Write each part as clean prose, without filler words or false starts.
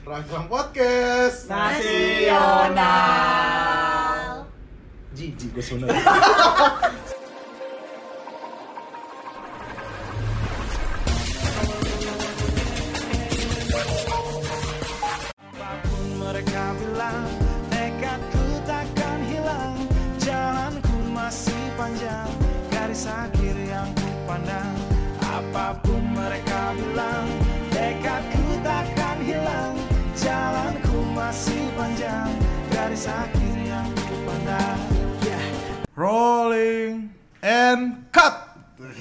Ragam Podcast Nasional. Jijik gue sunat. Apapun mereka bilang, tekadku takkan hilang. Jalanku masih panjang, garis akhir yang ku pandang. Apapun mereka bilang, tekadku takkan hilang. Jalanku masih panjang, garis akhir yang ku pandang. Rolling and cut.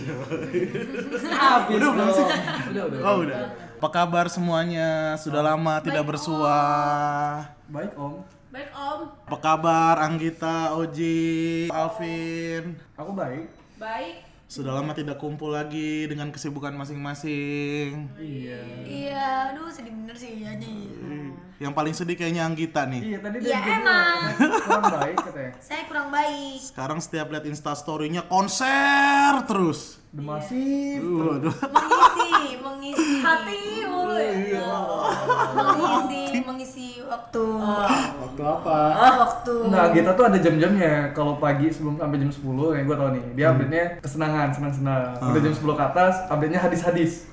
Habis Udah belum sih? Udah. Oh udah. Apa kabar semuanya? Sudah lama tidak bersua. Baik Om. Baik Om. Apa kabar Anggita, Oji, Alvin? Aku baik. Baik. Sudah lama tidak kumpul lagi dengan kesibukan masing-masing. Iya, aduh sedih bener sih ya nih. Yang paling sedih kayaknya Anggita nih. Iya tadi Ya, dia emang. kurang baik katanya. Saya kurang baik. Sekarang setiap lihat Instastory-nya konser terus. Demasif. Waduh. Mengisi hati mulu ya. Mengisi waktu. Waktu apa? Waktu. Nah, kita tuh ada jam-jamnya. Kalau pagi sebelum sampai jam 10 yang gue tau nih, dia update-nya kesenangan, senang-senang. Udah jam 10 ke atas, update-nya hadis-hadis.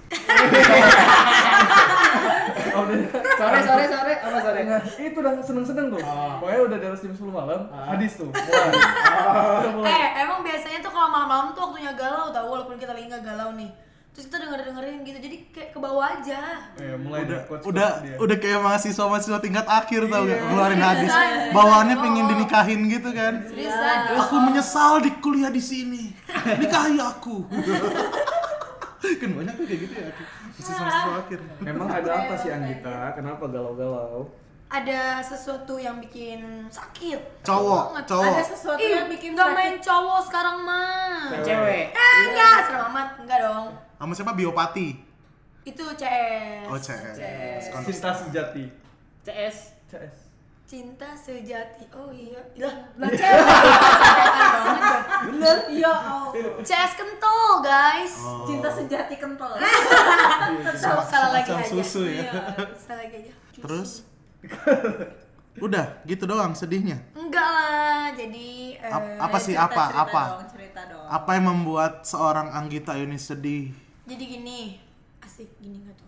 Sore apa sore? Nah, itu udah seneng-seneng tuh. Pokoknya udah di atas jam 10 malam, hadis tuh. Mulai. Emang biasanya tuh kalau malam-malam tuh waktunya galau tau, walaupun kita lagi nggak galau nih. Terus kita dengerin gitu, jadi kayak ke bawah aja. Mulai udah deh, quotes-quotes udah dia. udah kayak mahasiswa tingkat akhir tau gak Iya. ngeluarin hadis Iya. bawaannya pengen dinikahin gitu kan. Seriusan. Aku menyesal di kuliah di sini, nikahi aku. Kan banyak tuh kayak gitu ya mahasiswa akhir. Memang ada apa sih Anggita? Kenapa galau-galau? Ada sesuatu yang bikin sakit. Cowok Ada sesuatu yang bikin nggak main cowok sekarang mah. Cewek. Enggak, serem amat. Enggak dong. Sama siapa? Biopati. Itu CS. Oh CS. Cinta sejati. CS. CS. Cinta sejati. Oh iya. Lah cewek. Bener. Iya. CS kental, guys. Oh. Cinta sejati kental. Sama- Salah lagi semacam aja. susu ya. Iya, salah lagi aja. Terus udah gitu doang sedihnya. Enggak lah. Jadi Apa sih apa? cerita dong. Apa yang membuat seorang Anggita ini sedih? Jadi gini. Asik gini enggak tuh?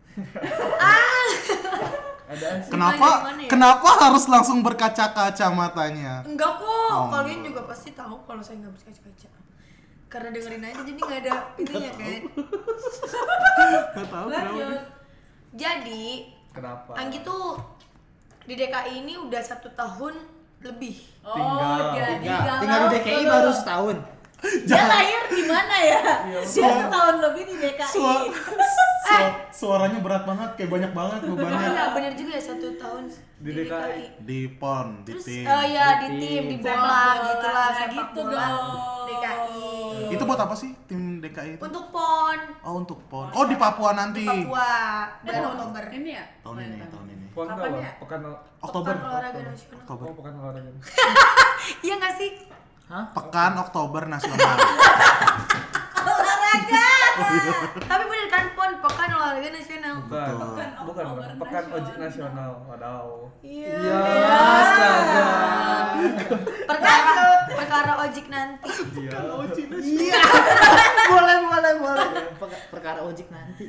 Ada sih. Gimana ya? Kenapa harus langsung berkaca-kaca matanya? Enggak kok, Oh. kalian juga pasti tahu kalau saya nggak berkaca-kaca. Karena dengerin aja jadi nggak ada ininya kan. Gak tahu kenapa. Jadi Kenapa? Anggi tuh di DKI ini udah 1 tahun lebih. Tinggal di DKI baru setahun. Dia lahir di mana ya? Dia setahun lebih di DKI. Suaranya berat banget, kayak banyak banget bebannya. Enggak bener juga ya 1 tahun Di DKI. Di PON, di Terus tim. ya di tim, di bola gitu lah, sepak gitu bola dong. DKI. Itu buat apa sih tim DKI itu? Untuk PON Oh untuk PON. Oh di Papua nanti. di Papua bulan Oktober. Ini ya? Tahun ini. Puan Kapan apa? ya? Pekan Oktober. Pekan olahraga nasional. Oktober. Oh, pekan olahraga. Iya nggak sih? Pekan Oktober nasional. Olahraga. Tapi bener kan PON pekan olahraga nasional. Bukan. Pekan Bukan. Oktober Pekan nasional. ojek nasional. Wadaw. Iya. Astaga. Perkara ojek nanti. Iya. Iya. boleh. Perkara ojek nanti.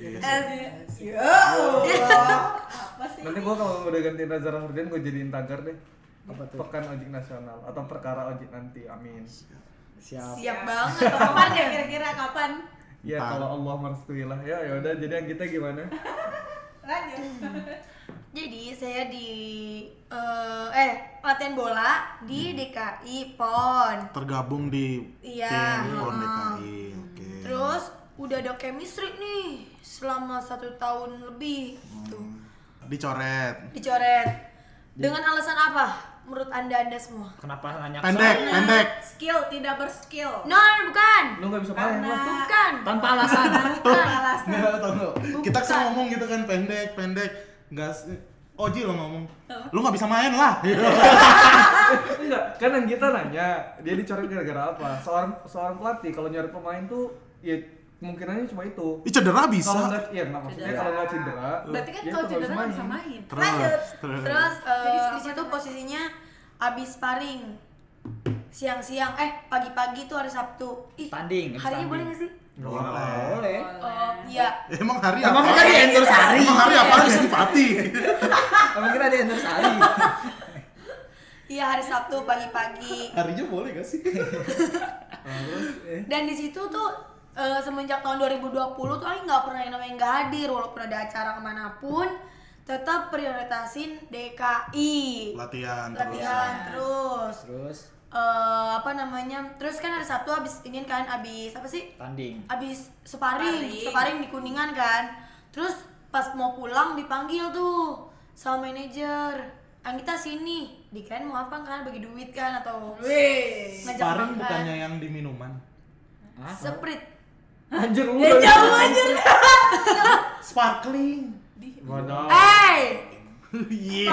Apa sih? Nanti gua kalau udah ganti Nazar Hurdian gua jadiin tagar deh. Apa tuh? Pekan ojek nasional atau perkara ojek nanti. Amin. Siap. Siap banget. Kapan ya kira-kira kapan? Ya kalau Allah merestui lah ya. Ya udah jadi yang kita gimana? Lanjut. Jadi saya di latihan bola di DKI PON. Tergabung di Iya. tim PON heeh. DKI. Oke. Terus udah ada chemistry nih selama 1 tahun lebih. Tuh, Dicoret. dicoret. Dengan alasan apa? Menurut anda semua? Kenapa nanya Pendek. Skill tidak berskill. No, bukan. Lu nggak bisa main lah. Bukan. Tanpa alasan. Bukan. Nggak tahu. Kita sering ngomong gitu kan pendek. Nggak. Oji lo ngomong. Lu nggak bisa main lah. Enggak, kan yang kita nanya dia dicoret gara-gara apa? Seorang pelatih kalau nyari pemain tuh ya kemungkinannya cuma itu. Cedera bisa. Kalau nggak, ya nggak maksudnya kalau nggak cedera. Berarti kan ya kalau itu cedera harus nggak main. bisa main. Lanjut. Terus. Terus Jadi di situ posisinya abis sparring. Siang-siang, pagi-pagi tuh hari Sabtu. Ih, Tanding, harinya tanding. boleh nggak sih? Boleh. Oh, iya. Emang hari Emang apa? kita di endorse hari. Emang hari apa di Senipati? Emang kita di endorse hari. Iya, hari Sabtu pagi-pagi. Harinya boleh gak sih? Dan di situ tuh semenjak tahun 2020 tuh Aing nggak pernah yang namanya nggak hadir, walaupun ada acara kemanapun tetap prioritasin DKI Latihan terus Terus apa namanya, terus kan hari Sabtu abis ini kan, abis apa sih, tanding. abis sparring di Kuningan kan. Terus pas mau pulang dipanggil tuh sama manajer, Anggita sini, dikirain mau apa kan, bagi duit kan atau ngajak Sparring makan. bukannya yang di minuman. Hah? Sprit. Anjir lu. Ya jauh anjir. Sparkling. Waduh. Iya.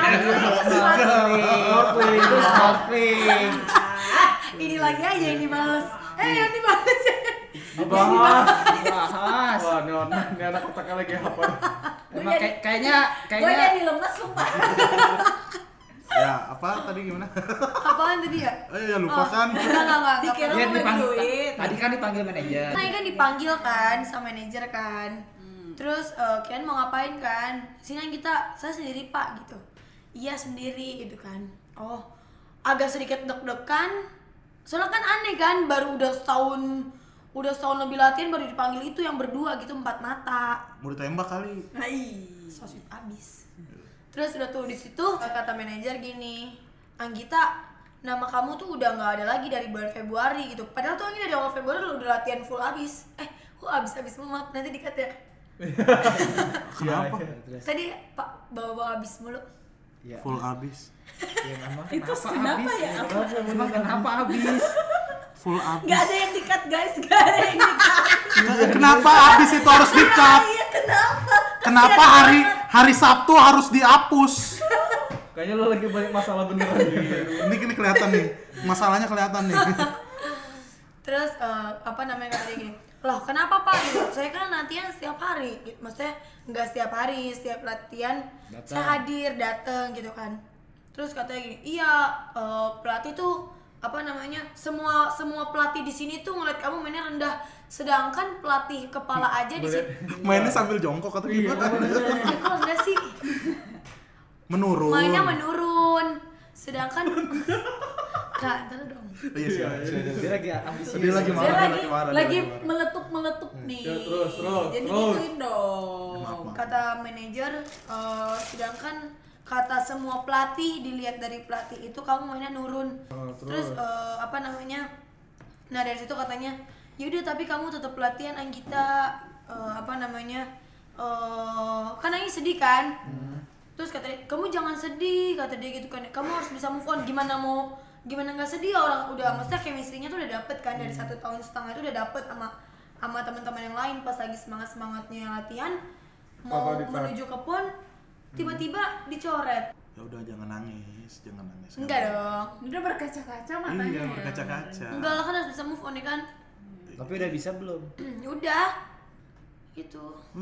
Snorkeling, itu snorkeling. Ini lagi aja yang dibales. Yang dibales ya. Dibahas. Bahas. Wah, ini anak otaknya lagi apa? Emang kayaknya Gue jadi lemes sumpah. Ya, apa tadi gimana? Apaan tadi ya? Ya lupa kan. Enggak. Dikira Dia mau bagi dipanggil. duit. Tadi kan dipanggil manajer. Nah, kan dipanggil kan sama manajer kan. Terus kalian mau ngapain kan? Sini kita, saya sendiri Pak gitu. Iya sendiri gitu kan. Oh, agak sedikit deg-degan. Soalnya kan aneh kan, baru udah setahun lebih latihan baru dipanggil itu yang berdua gitu, 4 mata. Mau ditembak kali. So sweet abis. Terus udah tuh di situ kata manajer gini, Anggita, nama kamu tuh udah nggak ada lagi dari bulan Februari gitu. Padahal tuh Anggita dari awal Februari lu udah latihan full abis. Kok abis maaf nanti dikat ya. Kenapa? Terus Tadi Pak bawa abis mulu. ya. Full abis. Ya, emang Itu kenapa habis? ya? Emang kenapa habis? Full abis. Gak ada yang dikat guys, gak ada yang dikat. Kenapa abis itu harus di-cut? Iya kenapa? Kenapa hari Sabtu harus dihapus? Kayaknya lo lagi banyak masalah beneran gitu. Ini kelihatan nih. Masalahnya kelihatan nih. Terus apa namanya, kata dia gini, loh kenapa Pak gitu? Saya kan latihan setiap hari gitu. Maksudnya nggak setiap hari, setiap latihan Datang. saya hadir, dateng gitu kan. Terus katanya gini, iya pelatih tuh apa namanya, semua pelatih di sini tuh ngeliat kamu mainnya rendah, sedangkan pelatih kepala aja di sini. Mainnya sambil jongkok atau gimana? Kok rendah sih? Menurun. Mainnya menurun, sedangkan Kak, ntar dong. Iya sih. Dia lagi ambisius. Dia lagi Dia marah, lagi lagi meletup nih. Ya, terus. Jadi Terus. gituin dong. Maaf. Kata manajer, sedangkan kata semua pelatih, dilihat dari pelatih itu kamu mainnya nurun. Terus apa namanya, nah dari situ katanya, yaudah tapi kamu tetap latihan Anggita, apa namanya, kan Anggi sedih kan. Terus kata dia, kamu jangan sedih, kata dia gitu kan, kamu harus bisa move on. Gimana nggak sedih, orang udah, maksudnya chemistry-nya tuh udah dapet kan, dari 1,5 tahun itu udah dapet sama teman-teman yang lain. Pas lagi semangatnya latihan mau Apa, Dika? menuju ke pon, tiba-tiba dicoret. Ya udah jangan nangis. Enggak dong. Udah berkaca-kaca matanya. Iya, berkaca-kaca. Enggak lah, kan harus bisa move on ya kan. Tapi udah bisa belum? Ya udah. Gitu.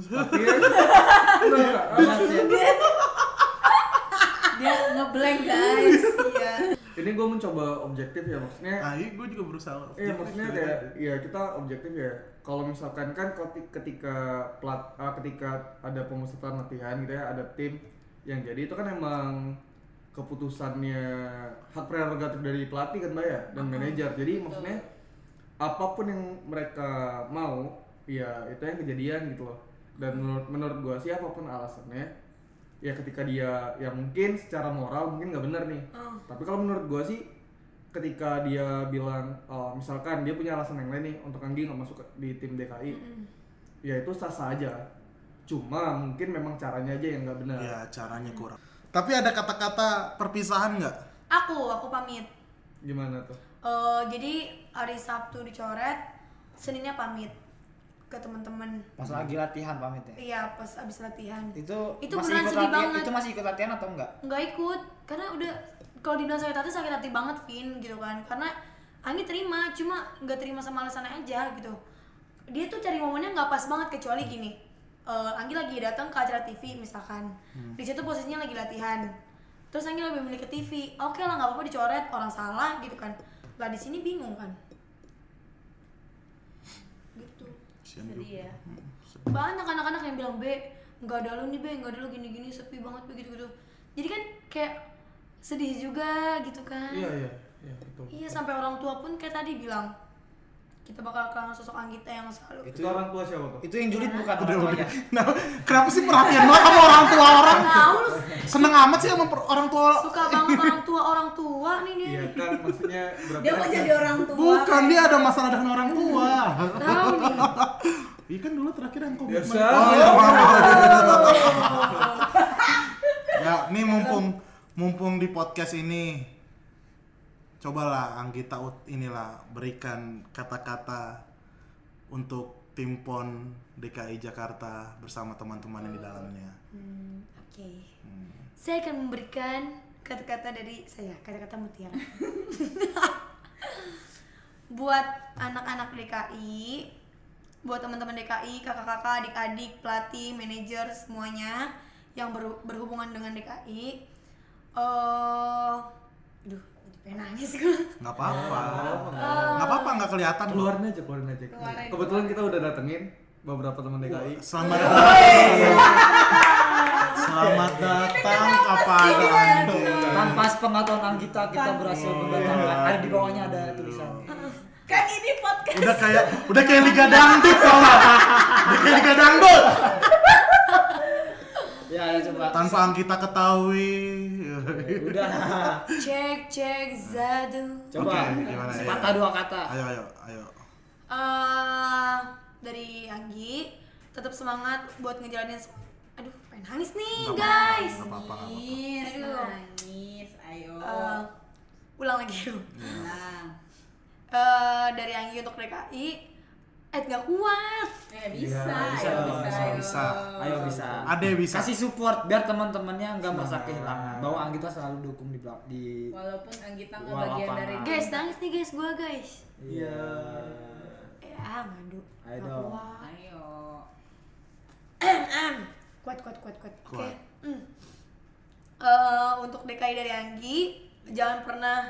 Dia ngeblank guys. Iya. Ini gue mencoba objektif ya, maksudnya. Gue juga berusaha. Iya, maksudnya kayak ya kita objektif ya. Kalau misalkan kan ketika ada pemusatan latihan gitu ya, ada tim yang jadi itu kan emang keputusannya, hak prerogatif dari pelatih kan Mbak ya, dan manajer. Jadi maksudnya apapun yang mereka mau, ya itu yang kejadian gitu loh. Dan menurut gua sih apapun alasannya, ya ketika dia ya mungkin secara moral mungkin nggak benar nih. Tapi kalau menurut gua sih ketika dia bilang misalkan dia punya alasan yang lain nih untuk Anggi nggak masuk di tim DKI, ya itu sah-sah aja. Cuma mungkin memang caranya aja yang nggak benar. Ya caranya kurang. Tapi ada kata-kata perpisahan nggak? Aku pamit. Gimana tuh? Jadi hari Sabtu dicoret, Seninnya pamit ke teman-teman. Pas lagi latihan pamit ya? Iya, pas abis latihan. Itu Itu masih beneran ikut sedih latihan? banget. Itu masih ikut latihan atau enggak? Nggak ikut, karena udah kalau dibilang sakit hati banget Vin gitu kan. Karena Anggi terima, cuma nggak terima sama alasannya aja gitu. dia tuh cari momennya nggak pas banget, kecuali gini. Anggi lagi datang ke acara TV misalkan, di situ posisinya lagi latihan, terus Anggi lebih memilih ke TV, oke lah nggak apa-apa dicoret, orang salah gitu kan. Lah di sini bingung kan, gitu. Sedih ya. Banyak anak-anak yang bilang nggak ada lu nih nggak ada lu gini-gini, sepi banget begitu gitu. Jadi kan kayak sedih juga gitu kan. Iya betul. Iya, sampai orang tua pun kayak tadi bilang kita bakal kehilangan sosok Anggita yang selalu. Itu orang tua siapa tuh? Itu yang julid bukan orang tuanya. Nah, kenapa sih perhatian banget sama orang tua orang? Tahu lu Seneng amat sih sama orang tua. suka banget orang tua nih dia. Iya kan maksudnya berapa? Dia mau jadi orang tua. Bukan, dia ada masalah dengan orang tua. Tahu nih. Iya kan dulu terakhir yang komitmen. Biasa. Oh iya, maaf. Ya, nih mumpung di podcast ini, cobalah Anggita inilah berikan kata-kata untuk tim PON DKI Jakarta bersama teman-teman yang di dalamnya. Oke. Saya akan memberikan kata-kata dari saya, kata-kata mutiara. Buat anak-anak DKI, buat teman-teman DKI, kakak-kakak, adik-adik, pelatih, manajer, semuanya yang berhubungan dengan DKI. Aduh, jadi pengen nangis gue. Nggak apa-apa. Nggak apa-apa, nggak kelihatan. Keluarin aja. Kebetulan kita udah datengin beberapa teman DKI. Selamat datang apa ada Anggita. Tanpa sepengetahuan Anggita kita berhasil mendatangkan. Ada di bawahnya ada tulisannya. Kan ini podcast. Udah kayak Liga Dangdut tau nggak? Udah kayak Liga Dangdut. Ya coba. Tanpa Anggita ketahui. Udah. Cek Zadu. Coba. Oke, gimana, ya? Sepatah dua kata. Ayo. Dari Anggi, tetap semangat buat ngejalanin. Aduh, pengen nangis nih Nggak guys. apa-apa. Nangis, Aduh. nangis, ayo. Ulang lagi yuk. Ulang. Dari Anggi untuk DKI, nggak kuat. Bisa. Ayo bisa. Ade bisa. Kasih support biar teman-temannya nggak merasa kehilangan. Bahwa Anggita selalu dukung di Walaupun Anggita nggak Wah, bagian lapangan. dari Guys, nangis nih guys, gua guys. Iya. Ngadu. Ayo Nggak dong. kuat. Ayo. Kuat. Oke. Kuat. Untuk DKI dari Anggi, jangan pernah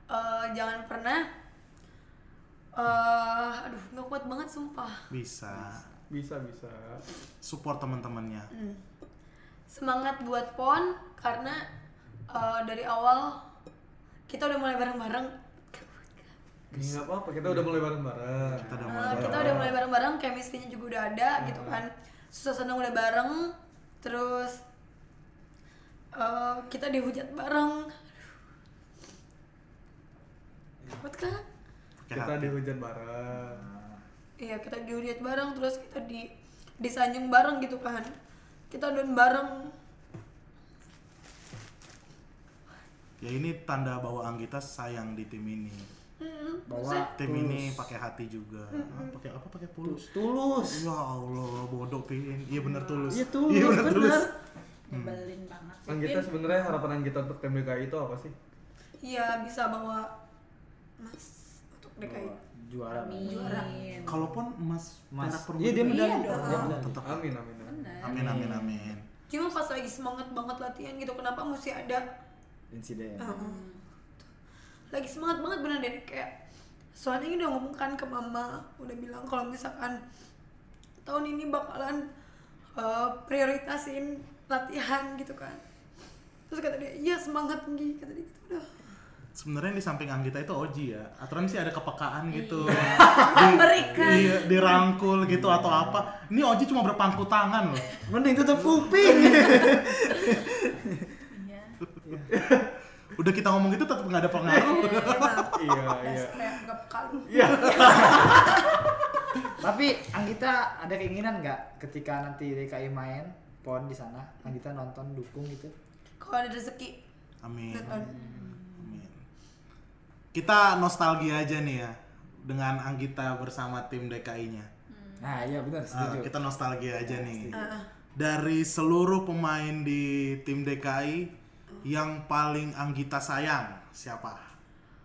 aduh, nggak kuat banget sumpah. Bisa. Support teman-temannya. Semangat buat PON karena dari awal kita udah mulai bareng-bareng. Nggak apa-apa, kita udah mulai bareng-bareng. Kita udah mulai bareng-bareng, chemistry-nya juga udah ada gitu kan. Susah senang udah bareng, terus kita dihujat bareng. Kuat kan? Kita dihujat bareng. Iya, kita dihujat bareng, terus kita disanjung bareng gitu kan. Kita down bareng. Ya ini tanda bahwa Anggita sayang di tim ini. Bahwa tim ini pakai hati juga. Pakai apa? Pakai tulus. Tulus. Ya Allah, bodoh pin. Iya benar tulus. Iya tulus. Iya benar tulus. Nyebelin banget sih. Anggita sebenarnya harapan Anggita untuk tim DKI itu apa sih? Iya, bisa bawa emas untuk DKI. Juara. Amin. Kalaupun emas perak perunggu. Iya dia medali. Iya dong. Dia medali. Tetap. Amin. Amin. Cuma pas lagi semangat banget latihan gitu, kenapa mesti ada Insiden. lagi semangat banget bener deh, kayak soalnya ini udah ngomong kan ke mama, udah bilang kalau misalkan tahun ini bakalan prioritasin latihan gitu kan. Terus kata dia, iya semangat Nggi, kata dia gitu udah. Sebenarnya di samping Anggita itu Oji ya. Aturan sih ada kepekaan gitu. Memberikan. Dirangkul gitu atau apa. Ini Oji cuma berpangku tangan loh. Mending tutup kuping. Iya. Udah kita ngomong gitu tetap nggak ada pengaruh. Iya. Kayak nggak pekalu. Tapi Anggita ada keinginan nggak ketika nanti DKI main PON di sana, Anggita nonton dukung gitu? Kalau ada rezeki. Amin. nonton. Amin. Kita nostalgia aja nih ya dengan Anggita bersama tim DKI-nya. Nah iya benar setuju. Kita nostalgia aja nih. Ah. Dari seluruh pemain di tim DKI yang paling Anggita sayang siapa?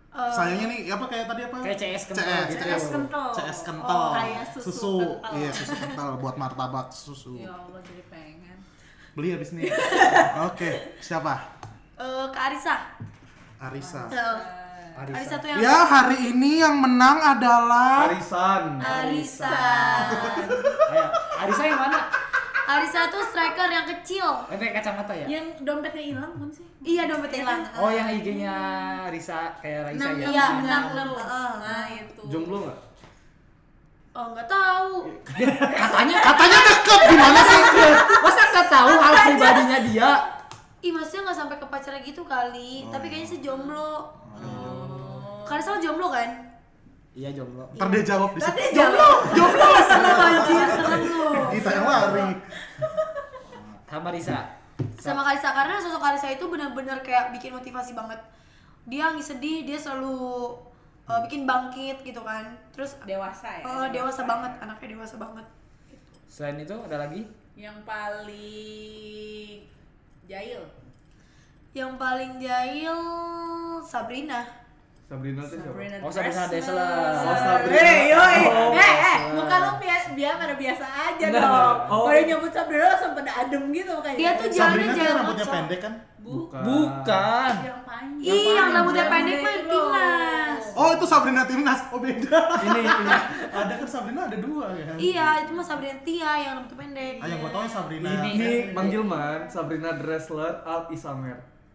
Sayangnya nih apa kayak tadi apa? Kayak CS kental gitu. CS kental. CS kental. Oh, kayak susu kental. Iya, susu kental buat martabak susu. Ya Allah, jadi pengen. Beli habis ini. Oke, siapa? Kak Arisa. Arisa. Arisa tuh yang Ya, hari ini yang menang adalah Arisan. Arisa. Ayo, Arisa yang mana? Arisa tuh striker yang kecil. Pakai kacamata ya? Yang dompetnya hilang kan sih? Iya, dompet hilang. Oh, yang IG-nya Risa kayak Raisa ya? Iya, 66. 66. Nah, itu. Jomblo nggak? Oh, nggak tahu. katanya deket gimana sih? Masa nggak tahu hal pribadinya dia? Ih, maksudnya nggak sampai ke pacaran gitu kali. Tapi kayaknya sih jomblo. Karena sama jomblo kan? Iya jomblo. Ntar dia jawab di situ. Jomblo seneng anjir, seneng lu. Kita yang lari. Sama Risa. Sama Karisa, karena sosok Karisa itu benar-benar kayak bikin motivasi banget. Dia nggak sedih, dia selalu bikin bangkit gitu kan. Terus Dewasa ya? dewasa banget, anaknya dewasa banget. Selain itu ada lagi? Yang paling jahil. Yang paling jahil Sabrina. Sabrina tuh siapa? Oh, Sabrina Christmas. Desler. Oh, Sabrina. Yoi. Oh, Muka lu biar pada biasa aja dong. Oh. Kalau nyebut Sabrina langsung pada adem gitu makanya. Dia tuh Sabrina jalannya tuh jahil rambutnya banget. pendek kan? Bukan. Yang panjang. Ih, yang rambutnya pendek mah Itu Timnas. Oh, itu Sabrina Timnas. Oh, beda. Ini. Ada kan Sabrina ada dua ya. Iya, itu mah Sabrina Tia yang rambutnya pendek. Ah, yang gua tahu Sabrina. Ini Manggilman, Sabrina Dressler, Alt Isamer.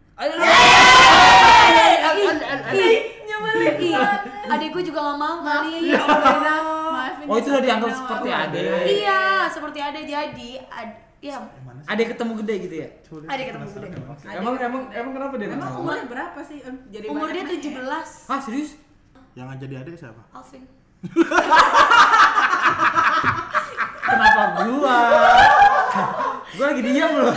Nyebelin. Ih, adik gue juga gak mau kali. Ya, Sabrina. Maafin Oh, ya, itu udah dianggap Sabrina. seperti ade. Iya, seperti ada jadi ya Ade ketemu gede gitu ya? ada ketemu gede. Emang kenapa dia? Emang kenal? umurnya berapa sih? Jadi Umur dia banyak nanya. 17. Ah, serius? Yang aja jadi adik siapa? Alvin. Kenapa gua? Gua lagi diam loh.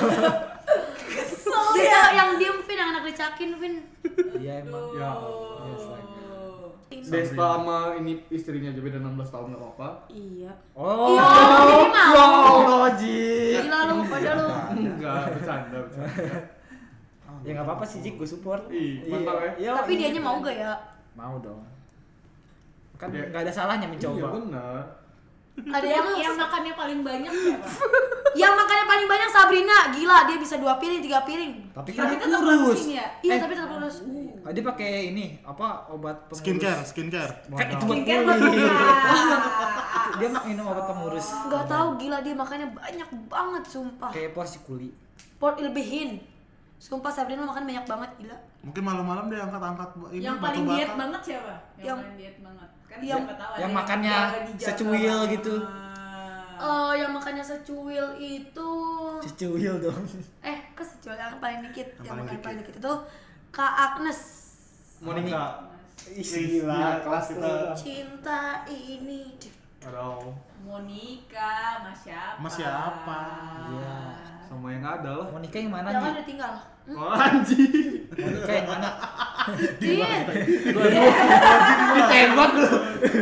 Dia yang diem Vin, yang anak dicakin Vin. Iya emang. Ya. Yes, like. Desta sama ini istrinya aja beda 16 tahun nggak apa-apa. Iya. Oh. Iya, jadi mau. Logik. Gila lu, pada lu. Enggak, bercanda. Ya nggak apa-apa sih, Jik, gue support. Mantap ya. Iya, Tapi iya. dianya mau gak ya? Mau dong. Kan Ya. nggak ada salahnya Iya mencoba. benar. Ada Yang makannya paling banyak siapa? yang makannya paling banyak Sabrina. Gila, dia bisa 2 piring, 3 piring. Tapi kan Tapi dia tetap kurus. langsing ya? Iya, tapi tetap kurus. Dia pakai ini apa obat pengurus. Skincare. Kan itu buat Skincare buat kulit. muka. Dia minum obat pengurus. Gak tahu, gila dia makannya banyak banget sumpah. Kayak porsi kuli. Lebihin. Sumpah Sabrina makan banyak banget, gila. Mungkin malam-malam dia angkat-angkat ini Yang batu paling bata. diet banget siapa? Yang Yang- paling diet banget. Kan yang- siapa tahu ada yang makannya dijaga secuil banget. gitu. Yang makannya secuil itu Cucuil dong. ke secuil yang paling dikit, Yang yang paling makan dikit. paling dikit itu Kak Agnes. Monica. Gila, kelas kita. Cinta ini. Aduh, Monica, Mas siapa? Mas siapa? Iya. sama yang ada lah. Monica yang mana Jangan nih? udah tinggal. Oh, anjing. Monica yang mana? Iya. Ditembak lu.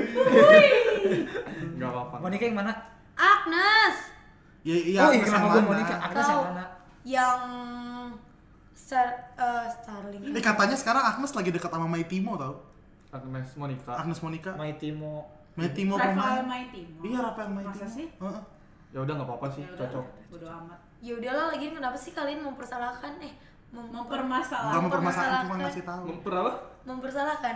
Enggak apa-apa. Monica yang mana? Agnes. Iya, Oh iya, Agnes kenapa yang gue mana? Monica? Agnes yang Tahu. mana? Yang Starling. Ini katanya sekarang Agnes lagi dekat sama Mai Timo tau? Agnes Monica. Agnes Monica. My Timo. Mai Timo Rafael pemain. Maitimo. Iya, Rafael Mai Masa Timo. sih? Heeh. Ya udah enggak apa-apa sih, Ya udah, cocok. bodo amat. Ya udahlah, lagian kenapa sih kalian mempersalahkan Mempermasalahkan. Enggak mempermasalahkan, cuma mempermasalahkan. ngasih tahu. Memper apa? mempersalahkan.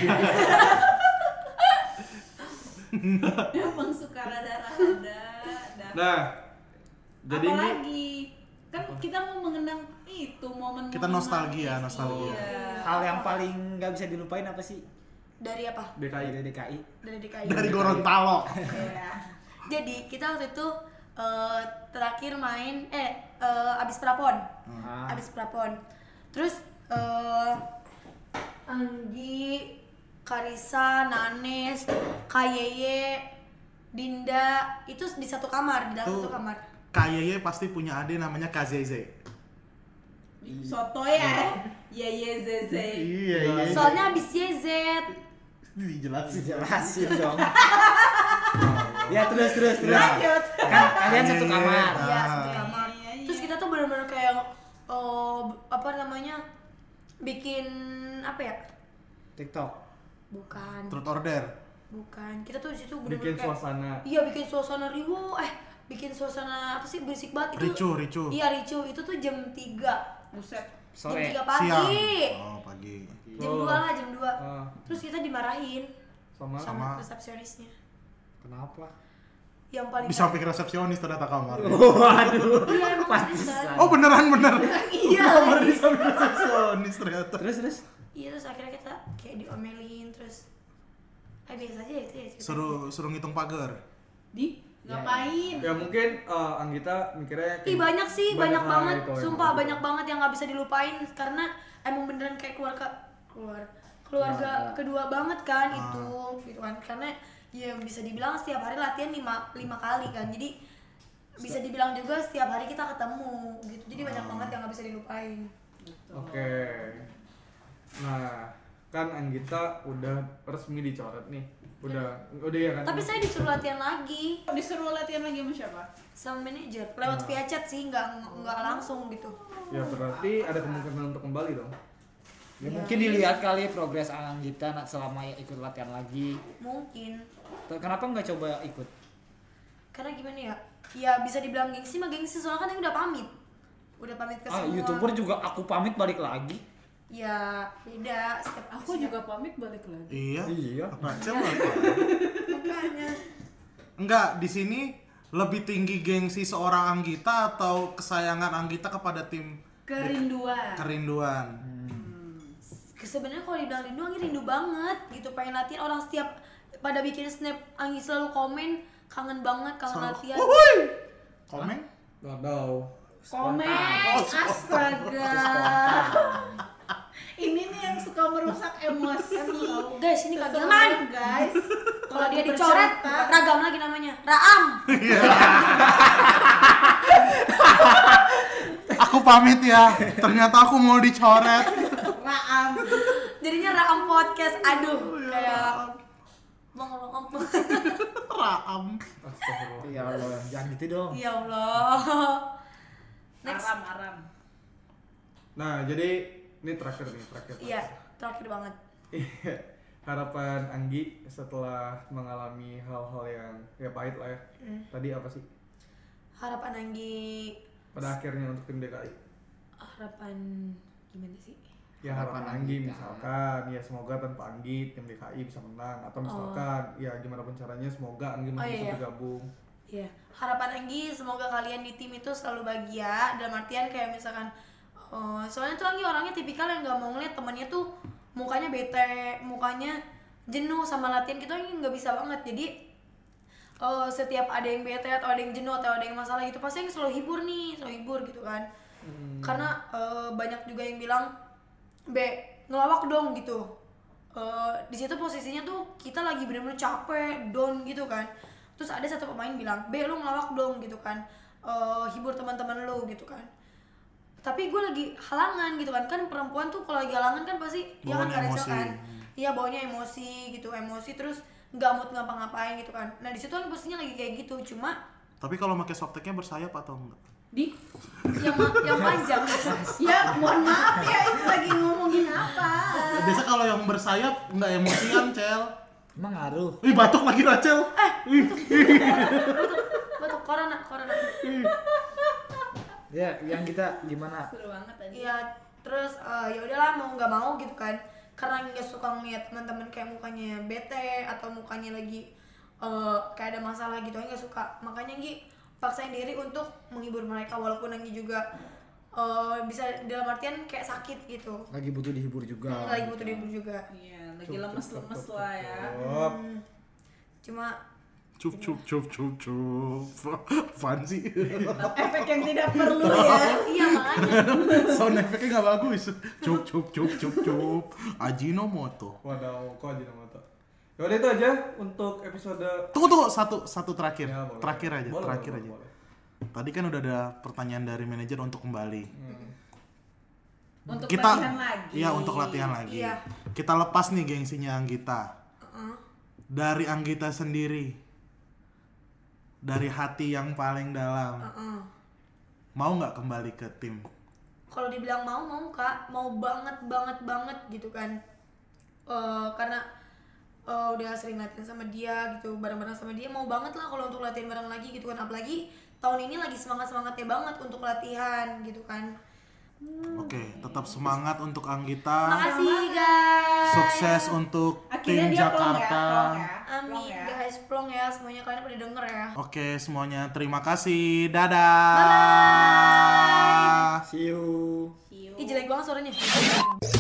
Emang suka rada-rada. Nah, jadi ini apalagi kan kita mau mengenang itu momen Kita nostalgia, nostalgia. Hal yang paling nggak bisa dilupain apa sih? Dari apa? DKI. Dari DKI. Dari DKI. Dari Gorontalo. Iya. Jadi kita waktu itu terakhir main abis prapon. Ah. Abis prapon. Terus Anggi, Karisa, Nanes, Kayeye, Dinda itu di satu kamar, di dalam Tuh. satu kamar. Kayaknya pasti punya adik namanya Kazeze. Soto ya. Ye zeze. Iya. Soalnya abis YZ. Dijelasin. Jelasin dong. Ya terus. Lanjut. Kan kalian satu kamar. Iya, satu Ah. kamar. Iya. Terus kita tuh benar-benar kayak apa namanya? Bikin apa ya? TikTok. Bukan. Truth Order. Bukan. Kita tuh di situ Bikin bener-bener kayak suasana. iya, bikin suasana riuh. Bikin suasana apa sih, berisik banget itu. Ricu. Iya, ricu. Itu tuh jam 3. Buset. Sore. Jam 3 pagi. Siang. Oh, pagi. Jam 2 lah, jam 2. Ah, Terus kita dimarahin sama sama resepsionisnya. Kenapa? Yang paling Di samping resepsionis ternyata kamar. Waduh. iya, emang seriusan. Oh, beneran. Iya. Kamar di samping resepsionis ternyata. Terus. Iya, terus akhirnya kita kayak diomelin terus biasa aja itu ya. Suruh ngitung pagar. Di ngapain? ya mungkin Anggita mikirnya Ih, banyak sih, banyak hal banget. itu, Sumpah emang. banyak banget yang nggak bisa dilupain karena emang beneran kayak keluarga kedua banget kan itu gitu kan. Karena ya bisa dibilang setiap hari latihan 5 kali kan. Jadi bisa dibilang juga setiap hari kita ketemu gitu. Jadi banyak banget yang nggak bisa dilupain. Oke. Nah, kan Anggita udah resmi dicoret nih. Udah ya kan. Tapi saya disuruh latihan lagi Disuruh latihan lagi sama siapa? sama manajer lewat via chat sih, nggak langsung gitu. Ya berarti ada kemungkinan untuk kembali dong. Ya, mungkin dilihat kali progres Anggita selama ikut latihan lagi. Mungkin Kenapa nggak coba ikut? karena gimana ya? Ya bisa dibilang gengsi mah gengsi, soalnya kan yang udah pamit ke semua. YouTuber juga aku pamit balik lagi. Ya beda setiap Aku juga pamit balik lagi. Iya. Rachel makanya. Enggak, di sini lebih tinggi gengsi seorang Anggita atau kesayangan Anggita kepada tim kerinduan. Sebenarnya kalau dibilang rindu, Anggi rindu banget gitu, pengen latihan. Orang setiap pada bikin snap, Anggi selalu komen kangen banget, kangen latihan. Komen? Nggak tahu. Komen. Astaga. Ini nih yang suka merusak emosi. Guys, ini Kak Kesel Gilman. guys. Kalau dia dicoret, ragam lagi namanya. Raam. Aku pamit ya. Ternyata aku mau dicoret. Raam. Jadinya Raam podcast. Aduh, kayak Bang ampun. Raam. Astagfirullah. Ya Allah, jangan gitu dong. Ya Allah. Next. Aram. Nah, jadi ini terakhir. Iya, terakhir banget. Harapan Anggi setelah mengalami hal-hal yang ya pahit lah ya. Tadi apa sih? Harapan Anggi, Pada akhirnya untuk tim DKI. harapan gimana sih? Ya harapan Anggi misalkan ya semoga tanpa Anggi tim DKI bisa menang, atau misalkan ya gimana pun caranya semoga Anggi masih bisa bergabung. Iya, harapan Anggi semoga kalian di tim itu selalu bahagia, dalam artian kayak misalkan soalnya tuh Anggi orangnya tipikal yang nggak mau ngeliat temannya tuh mukanya bete, mukanya jenuh sama latihan. Kita Anggi nggak bisa banget. Jadi setiap ada yang bete atau ada yang jenuh atau ada yang masalah gitu, pasti Anggi selalu hibur gitu kan. Karena banyak juga yang bilang, ngelawak dong gitu. Di situ posisinya tuh kita lagi bener-bener capek, down gitu kan. Terus ada satu pemain bilang, lu ngelawak dong gitu kan, hibur teman-teman lu gitu kan. Tapi gue lagi halangan gitu kan perempuan tuh kalau lagi halangan kan pasti dia kan kacau kan. Iya, baunya emosi terus nggak mood ngapa-ngapain gitu kan. Nah di situ kan posisinya lagi kayak gitu. Cuma Tapi kalau pakai softteknya bersayap atau enggak? yang panjang. Ya, mohon maaf ya, itu lagi ngomongin apa? Biasa kalau yang bersayap enggak emosian, Cel. Emang ngaruh. Ih, batuk lagi Rachel. Batuk corona. Ya, yang kita gimana? Seru banget tadi. Iya, terus ya udahlah mau nggak mau gitu kan. Karena nggak suka ngeliat teman-teman kayak mukanya bete atau mukanya lagi kayak ada masalah gitu, nggak suka. Makanya Nggi paksain diri untuk menghibur mereka, walaupun Nggi juga bisa dalam artian kayak sakit gitu. Lagi butuh dihibur juga. Lagi butuh dihibur juga. Iya, lagi lemes-lemes lah ya. Cuma Cup. Apaan sih? Efek yang tidak perlu ya. iya makanya. Sound effect-nya nggak bagus. Cup. Ajinomoto. Waduh, kok aja nama tuh. Yaudah itu aja untuk episode. Tunggu satu terakhir. Ya, boleh. Terakhir aja. Boleh. Tadi kan udah ada pertanyaan dari manajer untuk kembali. Untuk Kita latihan lagi. Iya, untuk latihan lagi. Iya. Kita lepas nih gengsinya Anggita. Dari Anggita sendiri. Dari hati yang paling dalam. Mau nggak kembali ke tim? Kalau dibilang mau Kak, mau banget gitu kan. karena udah sering latihan sama dia gitu, bareng-bareng sama dia, mau banget lah kalau untuk latihan bareng lagi gitu kan, apalagi tahun ini lagi semangat-semangatnya banget untuk latihan gitu kan. Oke, tetap semangat untuk Anggita. Makasih guys. Sukses untuk Akhirnya tim dia plong Jakarta. Amin guys, plong ya semuanya, kalian pada denger ya. Oke, semuanya terima kasih. Dadah. Bye-bye. See you. Ih jelek banget suaranya.